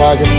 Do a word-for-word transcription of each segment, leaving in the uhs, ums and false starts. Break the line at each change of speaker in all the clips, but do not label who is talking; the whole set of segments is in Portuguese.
Wagner.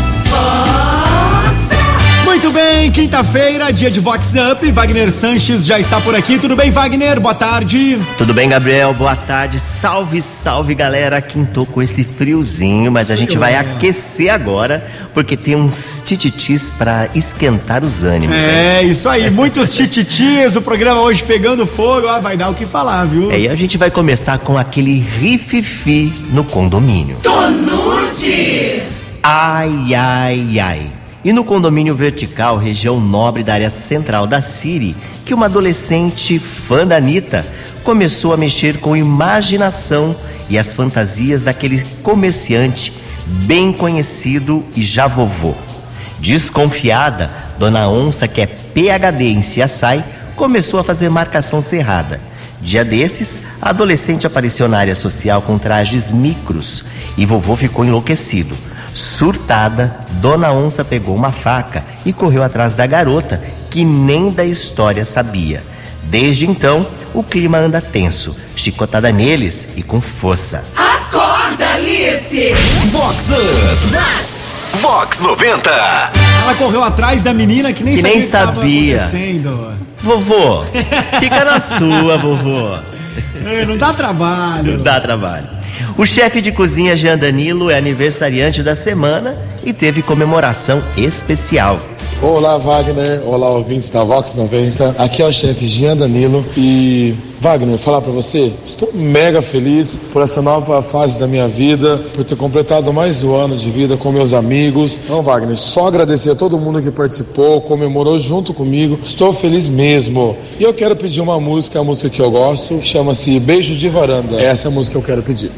Muito bem, quinta-feira, dia de Vox Up. Wagner Sanches já está por aqui. Tudo bem, Wagner? Boa tarde.
Tudo bem, Gabriel? Boa tarde. Salve, salve, galera. Quintou com esse friozinho, mas a gente vai aquecer agora, porque tem uns tititis pra esquentar os ânimos.
É,
hein?
isso aí. Muitos tititis. O programa hoje pegando fogo. Ah, vai dar o que falar, viu?
É, e a gente vai começar com aquele rififi no condomínio.
Tonute!
Ai, ai, ai. E no condomínio vertical, região nobre da área central da Siri, que uma adolescente fã da Anitta começou a mexer com imaginação e as fantasias daquele comerciante bem conhecido e já vovô. Desconfiada, Dona Onça, que é P H D em C S I, começou a fazer marcação cerrada. Dia desses, a adolescente apareceu na área social com trajes micros e vovô ficou enlouquecido. Surtada, Dona Onça pegou uma faca e correu atrás da garota, que nem da história sabia. Desde então, o clima anda tenso, chicotada neles e com força.
Acorda, Alice!
Vox Up! Vox noventa!
Ela correu atrás da menina que nem
Que
sabia
nem
o que estava
sabia.
acontecendo.
Vovô, fica na sua, vovô.
É, não dá trabalho.
Não dá trabalho. O chefe de cozinha Jean Danilo é aniversariante da semana e teve comemoração especial.
Olá, Wagner. Olá, ouvintes da Vox noventa. Aqui é o chefe Jean Danilo. E, Wagner, falar pra você, estou mega feliz por essa nova fase da minha vida, por ter completado mais um ano de vida com meus amigos. Então, Wagner, só agradecer a todo mundo que participou, comemorou junto comigo. Estou feliz mesmo. E eu quero pedir uma música, a música que eu gosto, que chama-se Beijo de Varanda. Essa é a música que eu quero pedir.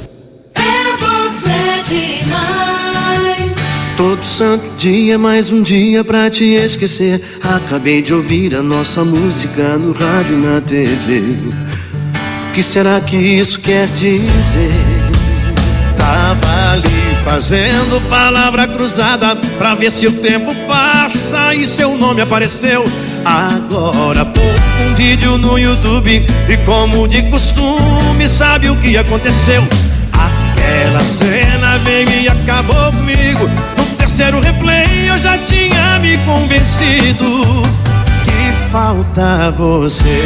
Todo santo dia, mais um dia pra te esquecer. Acabei de ouvir a nossa música no rádio e na T V. O que será que isso quer dizer? Tava ali fazendo palavra cruzada pra ver se o tempo passa e seu nome apareceu. Agora pô um vídeo no YouTube e, como de costume, sabe o que aconteceu? Aquela cena veio e acabou comigo. No terceiro replay eu já tinha me convencido que falta você.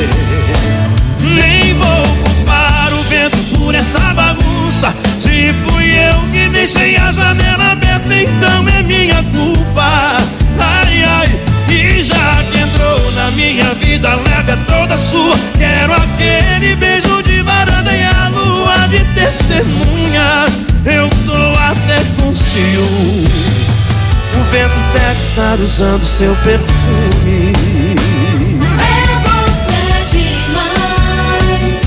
Nem vou culpar o vento por essa bagunça. Se fui eu que deixei a janela aberta, então é minha culpa. Ai, ai, e já que entrou na minha vida, leve é toda sua. Quero aquele beijo de varanda e a lua de testemunha. Eu tô até com ciúme. O vento deve estar usando seu perfume.
É você demais.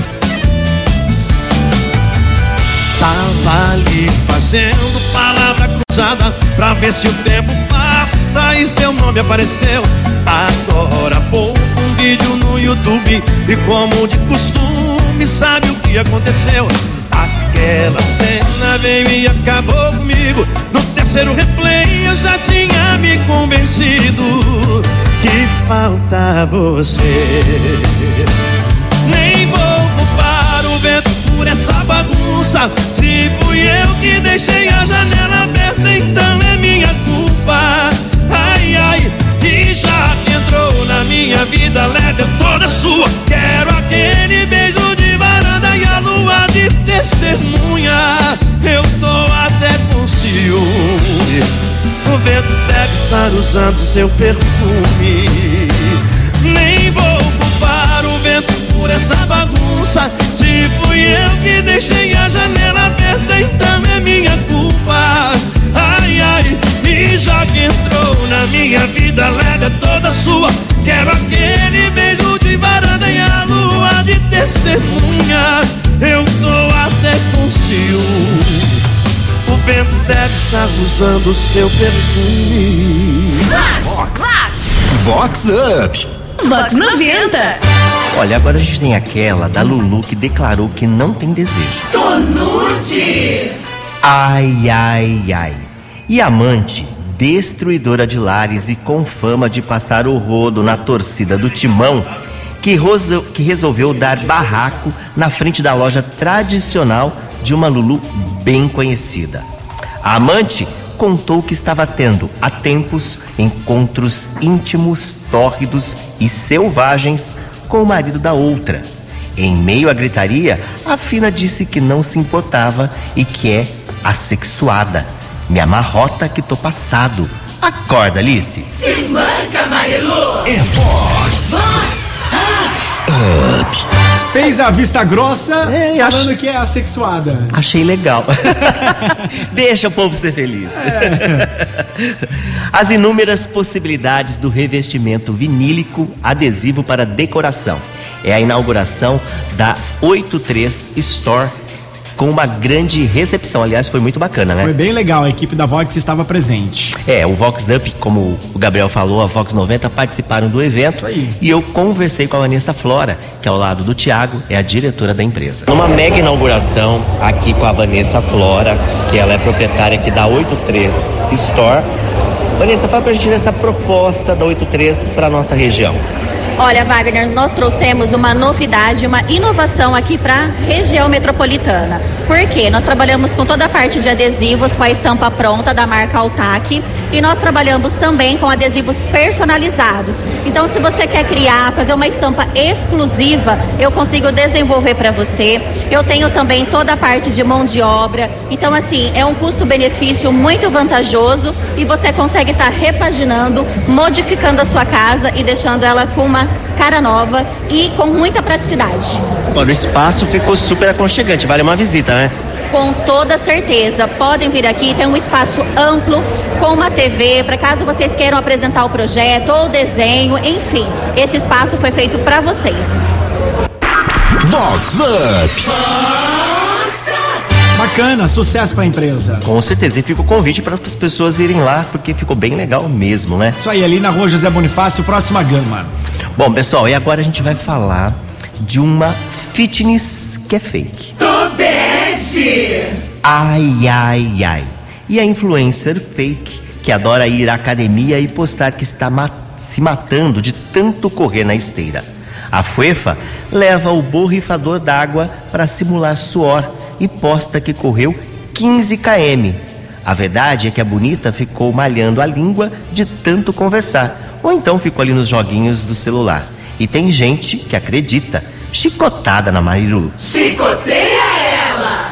Tava ali fazendo palavra cruzada pra ver se o tempo passa e seu nome apareceu. Agora pô um vídeo no YouTube e, como de costume, sabe o que aconteceu? Aquela cena veio e acabou comigo. No terceiro replay eu já tinha me convencido que falta você. Nem vou culpar o vento por essa bagunça. Se fui eu que deixei a janela aberta, então é minha culpa. Ai, ai, e já que entrou na minha vida, leve toda sua. Quero aquele beijo de varanda e a lua de testemunha. Eu tô até com ciúme. O vento deve estar usando seu perfume. Nem vou culpar o vento por essa bagunça. Se fui eu que deixei a janela aberta, então é minha culpa. Ai, ai, e já que entrou na minha vida, leve é toda sua. Quero aquele beijo de varanda e a lua de testemunha. Eu tô até com ciúme. O vento deve estar usando seu perfume.
Vox. Vox Up.
Vox noventa.
Olha, agora a gente tem aquela da Lulu que declarou que não tem desejo.
Tonute.
Ai, ai, ai. E amante, destruidora de lares e com fama de passar o rodo na torcida do Timão, que, roso, que resolveu dar barraco na frente da loja tradicional de uma Lulu bem conhecida. A amante contou que estava tendo, há tempos, encontros íntimos, tórridos e selvagens com o marido da outra. Em meio à gritaria, a Fina disse que não se importava e que é assexuada. Me amarrota que tô passado. Acorda, Alice.
Se manca, Marilu.
É Vox.
Vox
Up.
Fez a vista grossa,
É,
falando
acho-
que é assexuada.
Achei legal. Deixa o povo ser feliz. As inúmeras possibilidades do revestimento vinílico adesivo para decoração. É a inauguração da oitenta e três Store com uma grande recepção. Aliás, foi muito bacana, né?
Foi bem legal, a equipe da Vox estava presente.
É, o Vox Up, como o Gabriel falou, a Vox noventa participaram do evento.
Isso aí.
E eu conversei com a Vanessa Flora, que ao lado do Thiago é a diretora da empresa. Numa mega inauguração aqui com a Vanessa Flora, que ela é proprietária aqui da oitenta e três Store. Vanessa, fala pra gente dessa proposta da oitenta e três para nossa região.
Olha, Wagner, nós trouxemos uma novidade, uma inovação aqui para a região metropolitana. Por quê? Nós trabalhamos com toda a parte de adesivos, com a estampa pronta da marca Altac, e nós trabalhamos também com adesivos personalizados. Então, se você quer criar, fazer uma estampa exclusiva, eu consigo desenvolver para você. Eu tenho também toda a parte de mão de obra. Então, assim, é um custo-benefício muito vantajoso e você consegue estar repaginando, modificando a sua casa e deixando ela com uma cara nova e com muita praticidade.
Olha, o espaço ficou super aconchegante, vale uma visita, né?
Com toda certeza, podem vir aqui, tem um espaço amplo, com uma T V, para caso vocês queiram apresentar o projeto ou o desenho, enfim, esse espaço foi feito para vocês.
Vox Up.
Bacana, sucesso pra empresa.
Com certeza, e fica o convite para as pessoas irem lá, porque ficou bem legal mesmo, né?
Isso aí, ali na rua José Bonifácio, próxima gama.
Bom, pessoal, e agora a gente vai falar de uma fitness que é fake.
Tobeste.
Ai, ai, ai. E a influencer fake que adora ir à academia e postar que está ma- se matando de tanto correr na esteira. A Fuefa leva o borrifador d'água para simular suor e posta que correu quinze quilômetros. A verdade é que a bonita ficou malhando a língua de tanto conversar, ou então ficou ali nos joguinhos do celular. E tem gente que acredita, chicotada na Marilu.
Chicoteia ela.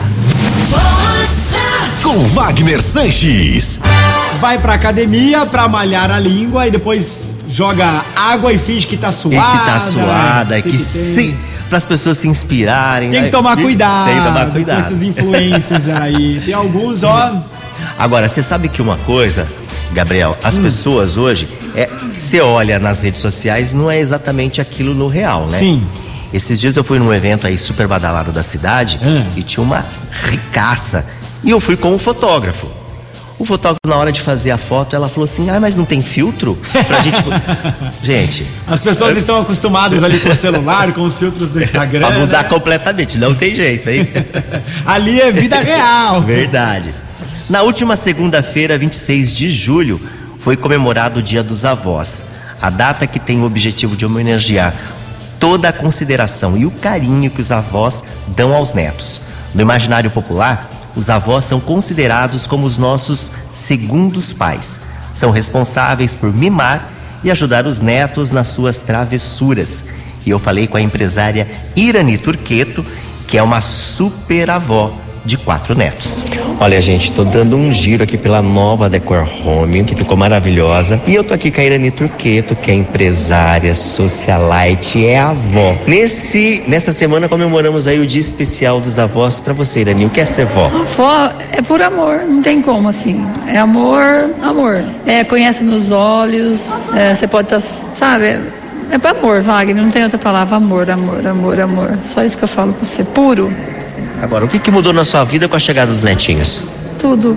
Vox
Com Wagner Sanches.
Vai pra academia pra malhar a língua e depois joga água e finge que tá suada.
E que tá suada,
sei
que,
tem.
se para as pessoas se inspirarem.
Tem que
né?
tomar cuidado,
Tem que tomar cuidado.
com esses influencers aí. Tem alguns, ó.
Agora, você sabe que uma coisa, Gabriel, as
Hum.
pessoas hoje, é, você olha nas redes sociais, não é exatamente aquilo no real, né?
Sim.
Esses dias eu fui num evento aí super badalado da cidade
Hum.
e tinha uma ricaça. E eu fui com um fotógrafo. O fotógrafo, na hora de fazer a foto, ela falou assim: ah, mas não tem filtro? Pra gente. Gente.
As pessoas estão acostumadas ali com o celular, com os filtros do Instagram.
Pra mudar
né?
completamente, não tem jeito, hein?
Ali é vida real.
Verdade. Na última segunda-feira, vinte e seis de julho, foi comemorado o Dia dos Avós. A data que tem o objetivo de homenagear toda a consideração e o carinho que os avós dão aos netos. No imaginário popular, os avós são considerados como os nossos segundos pais. São responsáveis por mimar e ajudar os netos nas suas travessuras. E eu falei com a empresária Irani Turqueto, que é uma super avó de quatro netos. Olha, gente, tô dando um giro aqui pela nova Decor Home, que ficou maravilhosa. E eu tô aqui com a Irani Turqueto, que é empresária, socialite, é avó. Nesse, nessa semana comemoramos aí o dia especial dos avós. Pra você, Irani, o que é ser vó?
Avó é por amor, não tem como assim. É amor, amor. É, conhece nos olhos, é, você pode estar, sabe? É por amor, Wagner, não tem outra palavra. Amor, amor, amor, amor. Só isso que eu falo pra você, puro.
Agora, o que, que mudou na sua vida com a chegada dos netinhos?
Tudo.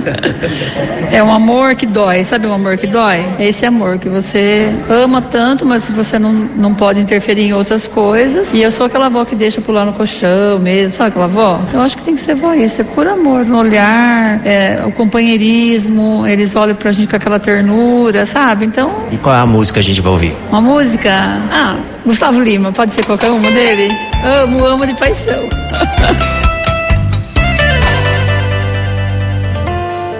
É um amor que dói, sabe um amor que dói? É esse amor que você ama tanto, mas você não, não pode interferir em outras coisas. E eu sou aquela avó que deixa pular no colchão mesmo, sabe aquela avó? Então eu acho que tem que ser vó isso, é por amor, no olhar, é, o companheirismo, eles olham pra gente com aquela ternura, sabe? Então,
E qual é a música que a gente vai ouvir?
uma música, ah, Gustavo Lima, pode ser qualquer uma dele? Amo, amo de paixão.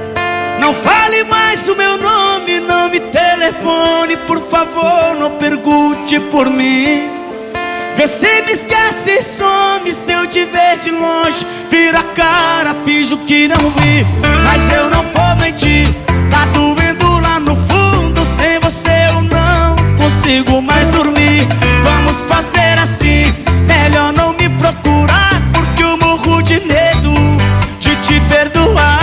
Não fale mais o meu nome, não me telefone, por favor, não pergunte por mim. Vê se me esquece e some, se eu te ver de longe, vira a cara, finjo que não vi. Mas eu não vou mentir, tá doendo lá no fundo, sem você eu não consigo mais dormir. Vamos fazer assim, melhor não me procurar, porque eu morro de medo de te perdoar.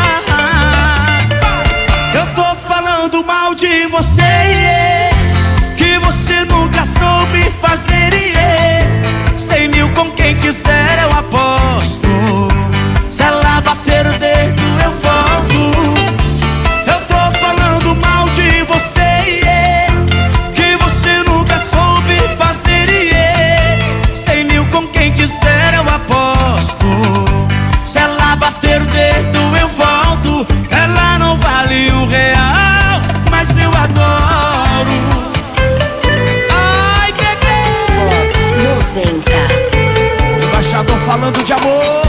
Eu tô falando mal de você, yeah, que você nunca soube fazer, yeah. Cem mil com quem quiser eu aposto, se ela bater o dedo eu volto. Eu tô falando mal de você, yeah, que você nunca soube fazer, yeah. Cem mil com quem quiser eu aposto, se ela bater o dedo eu volto. Ela não vale um real, mas eu adoro. Ai, bebê.
Vox noventa.
Embaixador falando de amor.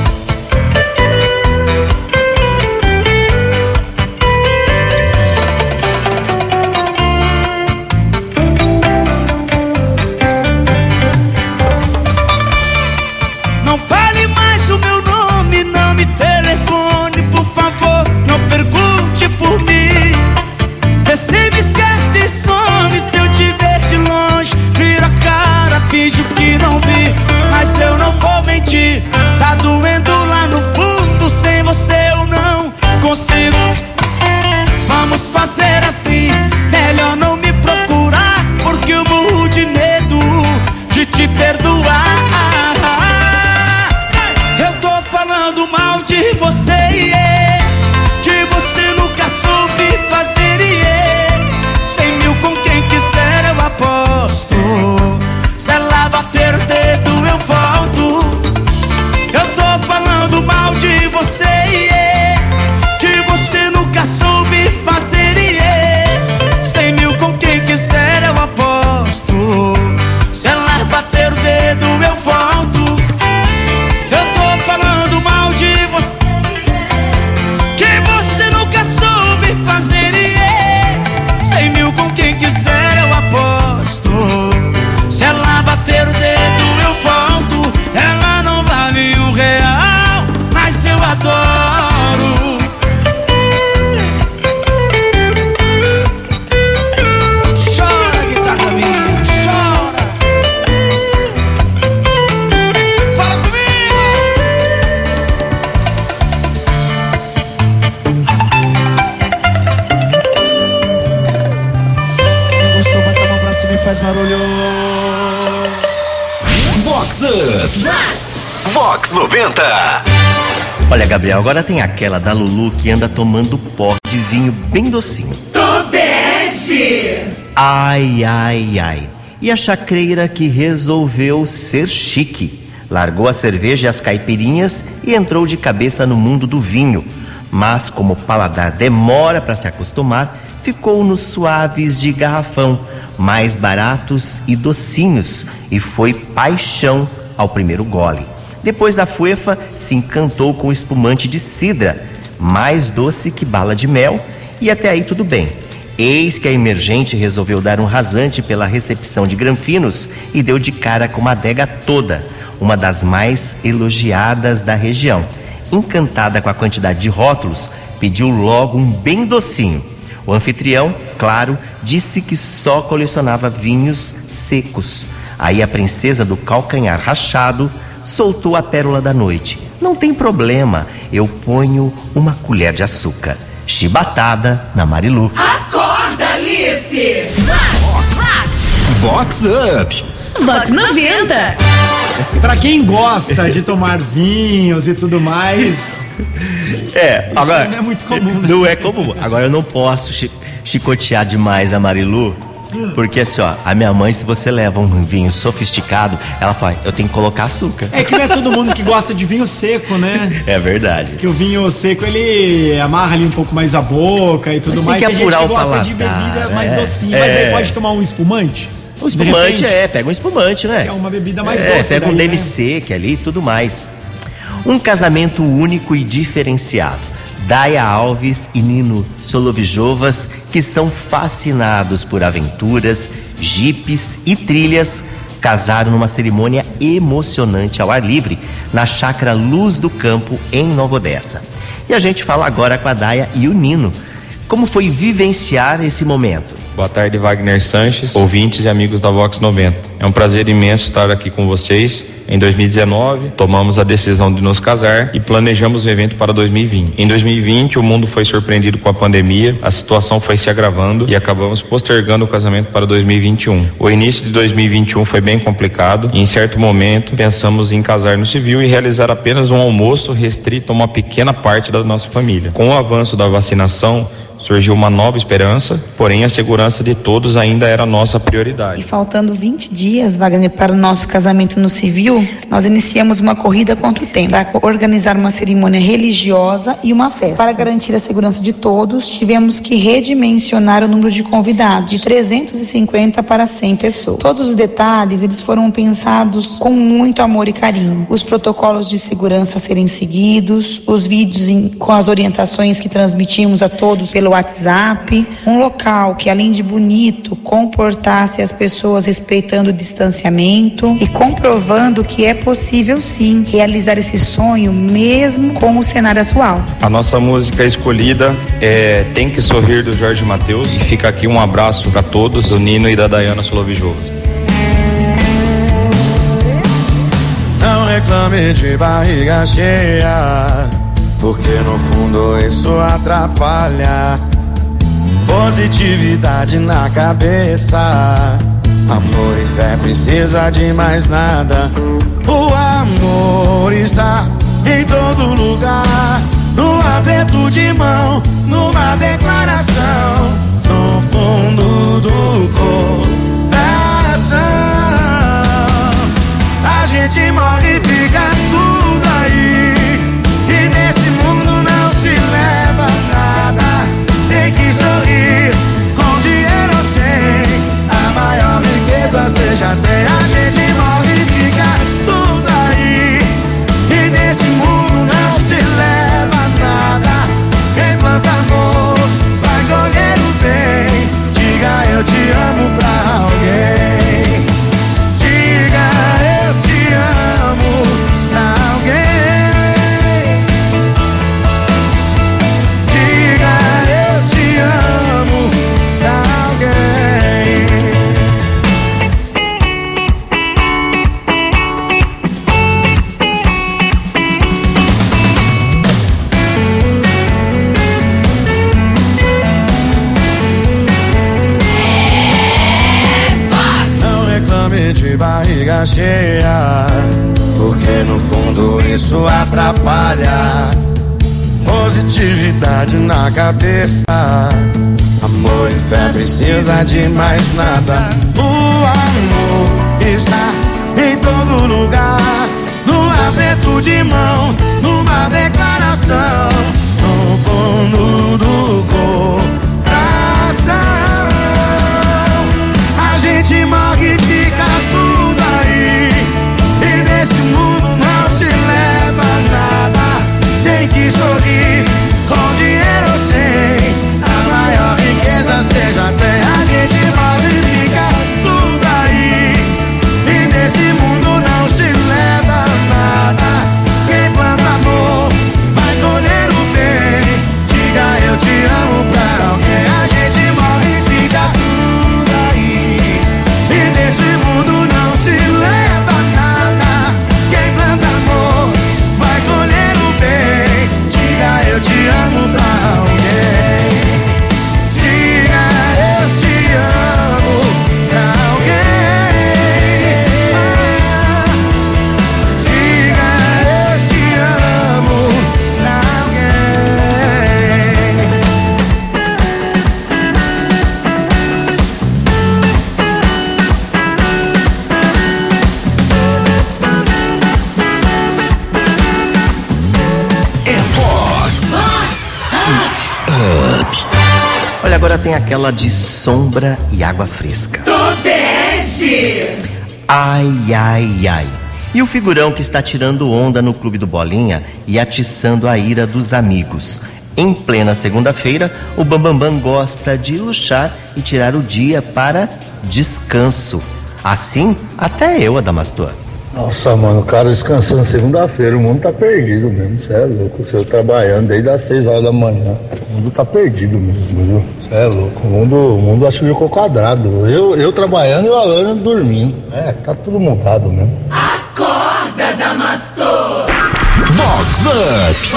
Não fale mais o meu nome, não me telefone, por favor, não pergunte por mim. Vê se me esquece e some, se eu te ver de longe, vira a cara, finjo que não vi. Mas eu não vou mentir, tá doendo lá no fundo, sem você eu não consigo. Vamos fazer assim, melhor não me procurar, porque eu morro de medo de te perdoar. Eu tô falando mal de você, yeah, que você nunca soube fazer, yeah. Cem mil com quem quiser eu aposto, se ela bater o dedo eu volto. Eu tô falando mal de você, yeah, que você nunca soube fazer, yeah. Cem mil com quem quiser eu aposto, se ela bater o dedo eu volto. Eu tô falando mal de você, que você nunca soube fazer, yeah. Cem mil com quem quiser eu aposto, se ela bater o dedo eu volto. Ela não vale um real, mas eu adoro. Chora, guitarra minha, chora. Fala comigo. Quem gostou, bota a mão pra cima e faz barulho.
Vox Up. Vox noventa.
Olha, Gabriel, agora tem aquela da Lulu que anda tomando pó de vinho bem docinho.
Tobeste.
Ai, ai, ai. E a chacreira que resolveu ser chique. Largou a cerveja e as caipirinhas e entrou de cabeça no mundo do vinho. Mas como o paladar demora para se acostumar, ficou nos suaves de garrafão, mais baratos e docinhos, e foi paixão ao primeiro gole. Depois da fuefa, se encantou com o espumante de cidra, mais doce que bala de mel, e até aí tudo bem. Eis que a emergente resolveu dar um rasante pela recepção de Granfinos e deu de cara com uma adega toda, uma das mais elogiadas da região. Encantada com a quantidade de rótulos, pediu logo um bem docinho. O anfitrião, claro, disse que só colecionava vinhos secos. Aí a princesa do calcanhar rachado soltou a pérola da noite. Não tem problema, eu ponho uma colher de açúcar. Chibatada na Marilu.
Acorda, Alice.
Vox Up.
Vox noventa.
Pra quem gosta de tomar vinhos e tudo mais,
É,
isso
agora
aí não é muito comum, né?
Não é comum. Agora eu não posso chi- chicotear demais a Marilu, porque assim, ó, a minha mãe, se você leva um vinho sofisticado, ela fala, eu tenho que colocar açúcar.
É que não é todo mundo que gosta de vinho seco, né?
É verdade.
Que o vinho seco, ele amarra ali um pouco mais a boca e tudo
Mas tem
mais.
que
Tem gente
apurar
que
o
gosta de
paladar,
bebida mais
é.
docinha, mas
É.
aí pode tomar um espumante.
O
de
espumante
repente.
é, pega um espumante, né?
É uma bebida mais
É,
doce
pega um
daí,
D M C
né?
que ali e tudo mais. Um casamento único e diferenciado. Daya Alves e Nino Solovijovas, que são fascinados por aventuras, jipes e trilhas, casaram numa cerimônia emocionante ao ar livre na chácara Luz do Campo, em Nova Odessa. E a gente fala agora com a Daya e o Nino. Como foi vivenciar esse momento?
Boa tarde, Wagner Sanches, ouvintes e amigos da Vox noventa. É um prazer imenso estar aqui com vocês. Em dois mil e dezenove, tomamos a decisão de nos casar e planejamos o evento para dois mil e vinte. Em dois mil e vinte, o mundo foi surpreendido com a pandemia, a situação foi se agravando e acabamos postergando o casamento para dois mil e vinte e um. O início de dois mil e vinte e um foi bem complicado e, em certo momento, pensamos em casar no civil e realizar apenas um almoço restrito a uma pequena parte da nossa família. Com o avanço da vacinação, surgiu uma nova esperança, porém a segurança de todos ainda era a nossa prioridade.
E faltando vinte dias, Wagner, para o nosso casamento no civil, nós iniciamos uma corrida contra o tempo para organizar uma cerimônia religiosa e uma festa. Para garantir a segurança de todos, tivemos que redimensionar o número de convidados, de trezentos e cinquenta para cem pessoas. Todos os detalhes, eles foram pensados com muito amor e carinho. Os protocolos de segurança a serem seguidos, os vídeos em, com as orientações que transmitimos a todos pelo WhatsApp, um local que, além de bonito, comportasse as pessoas respeitando o distanciamento e comprovando que é possível sim realizar esse sonho mesmo com o cenário atual.
A nossa música escolhida é Tem Que Sorrir, do Jorge Mateus, e fica aqui um abraço para todos, do Nino e da Dayana Solovijovas.
Não reclame de barriga cheia, porque no fundo isso atrapalha. Positividade na cabeça, amor e fé precisa de mais nada. O amor está em todo lugar, no aperto de mão, numa declaração, no fundo do coração. A gente morre e fica tudo aí, e nesse mundo não se leva nada. Tem que sorrir, com dinheiro ou sem, a maior riqueza seja ter. A gente morre e fica tudo aí, e nesse mundo não se leva nada. Quem planta amor vai colher o bem. Diga eu te amo pra alguém. Diga eu te amo pra alguém. De barriga cheia, porque no fundo isso atrapalha. Positividade na cabeça, amor e fé precisa de mais nada. O amor está em todo lugar, no aperto de mão, numa declaração, no fundo do coração. A gente morre e fica tudo aí, e desse mundo não se leva nada. Tem que sorrir, com dinheiro ou sem, a maior riqueza seja ter. A gente morre e fica tudo aí, e desse mundo não se leva nada. Quem planta amor vai colher o bem. Diga eu te amo pra alguém. A gente morre e fica tudo aí, e desse mundo não se leva nada. Quem planta amor vai colher o bem. Diga eu te amo pra alguém. Diga eu te amo pra alguém. Ah, diga eu te amo pra alguém.
É Vox Up.
Olha, agora tem aquela de sombra e água fresca.
Tobeste!
Ai, ai, ai. E o figurão que está tirando onda no Clube do Bolinha e atiçando a ira dos amigos. Em plena segunda-feira, o Bambambam gosta de luxar e tirar o dia para descanso. Assim, até eu, Adamastor.
Nossa, mano, o cara descansando segunda-feira, o mundo tá perdido mesmo, você é louco, você trabalhando desde as seis horas da manhã, o mundo tá perdido mesmo, viu? Você é louco, o mundo, o mundo acho que ficou quadrado, eu, eu trabalhando e o Alan dormindo, é, tá tudo mudado mesmo.
Acorda, Damastor!
Vox Up!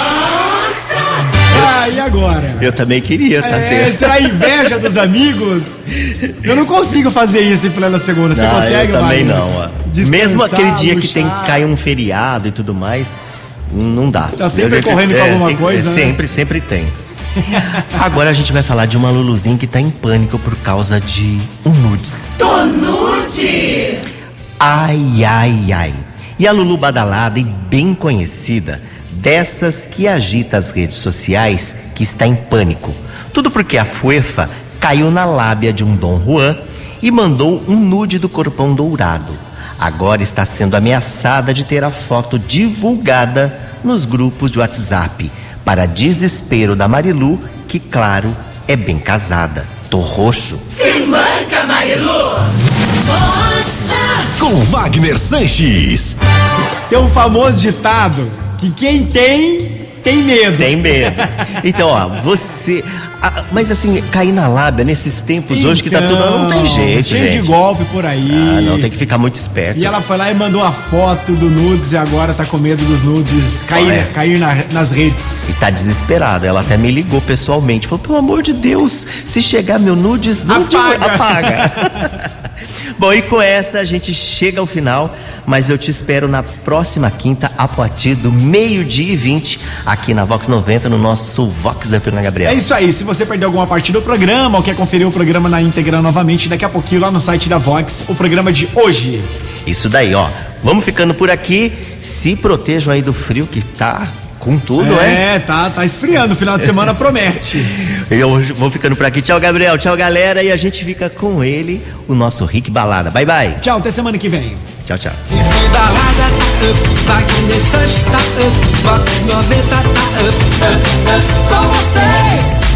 Ah, e agora?
Eu também queria, tá
É,
certo?
será a inveja dos amigos? Eu não consigo fazer isso em plena segunda. Você
Não,
consegue,
eu também
Wagner?
não, ó.
Descansar,
Mesmo aquele dia que tem
luxar.
cai um feriado e tudo mais, não dá.
Tá sempre
Eu-
correndo com alguma
tem-
coisa, né?
Sempre, sempre tem. Agora a gente vai falar de uma Luluzinha que tá em pânico por causa de um nudes.
Tô nude!
Ai, ai, ai. E a Lulu badalada e bem conhecida, dessas que agita as redes sociais, que está em pânico. Tudo porque a Fuefa caiu na lábia de um Dom Juan e mandou um nude do corpão dourado. Agora está sendo ameaçada de ter a foto divulgada nos grupos de WhatsApp, para desespero da Marilu, que, claro, é bem casada. Tô roxo.
Se manca, Marilu!
Com Wagner Sanches.
Tem um famoso ditado que quem tem, tem medo.
Tem medo. Então, ó, você... ah, mas assim, cair na lábia nesses tempos hoje que tá tudo... Não tem jeito,
cheio
gente.
de golpe por aí.
Ah, não, tem que ficar muito esperto.
E ela foi lá e mandou a foto do nudes e agora tá com medo dos nudes cair,
Olha.
cair na- nas redes.
E tá desesperada. Ela até me ligou pessoalmente. Falou, pelo amor de Deus, se chegar meu nudes, não te-
Apaga.
apaga. Bom, e com essa a gente chega ao final, mas eu te espero na próxima quinta, a partir do meio-dia e vinte, aqui na Vox noventa, no nosso Vox Up, na Gabriel.
É isso aí, se você perdeu alguma parte do programa ou quer conferir o programa na íntegra novamente, daqui a pouquinho lá no site da Vox, o programa de hoje.
Isso daí, ó. Vamos ficando por aqui. Se protejam aí do frio que tá com tudo, é?
É, tá, tá esfriando, o final de semana promete.
Eu vou ficando por aqui. Tchau, Gabriel. Tchau, galera. E a gente fica com ele, o nosso Rick Balada. Bye, bye.
Tchau, até semana que vem.
Tchau, tchau.
Esse balada tá up, Wagner Sanches tá up, Vox noventa tá up, up, up, com vocês.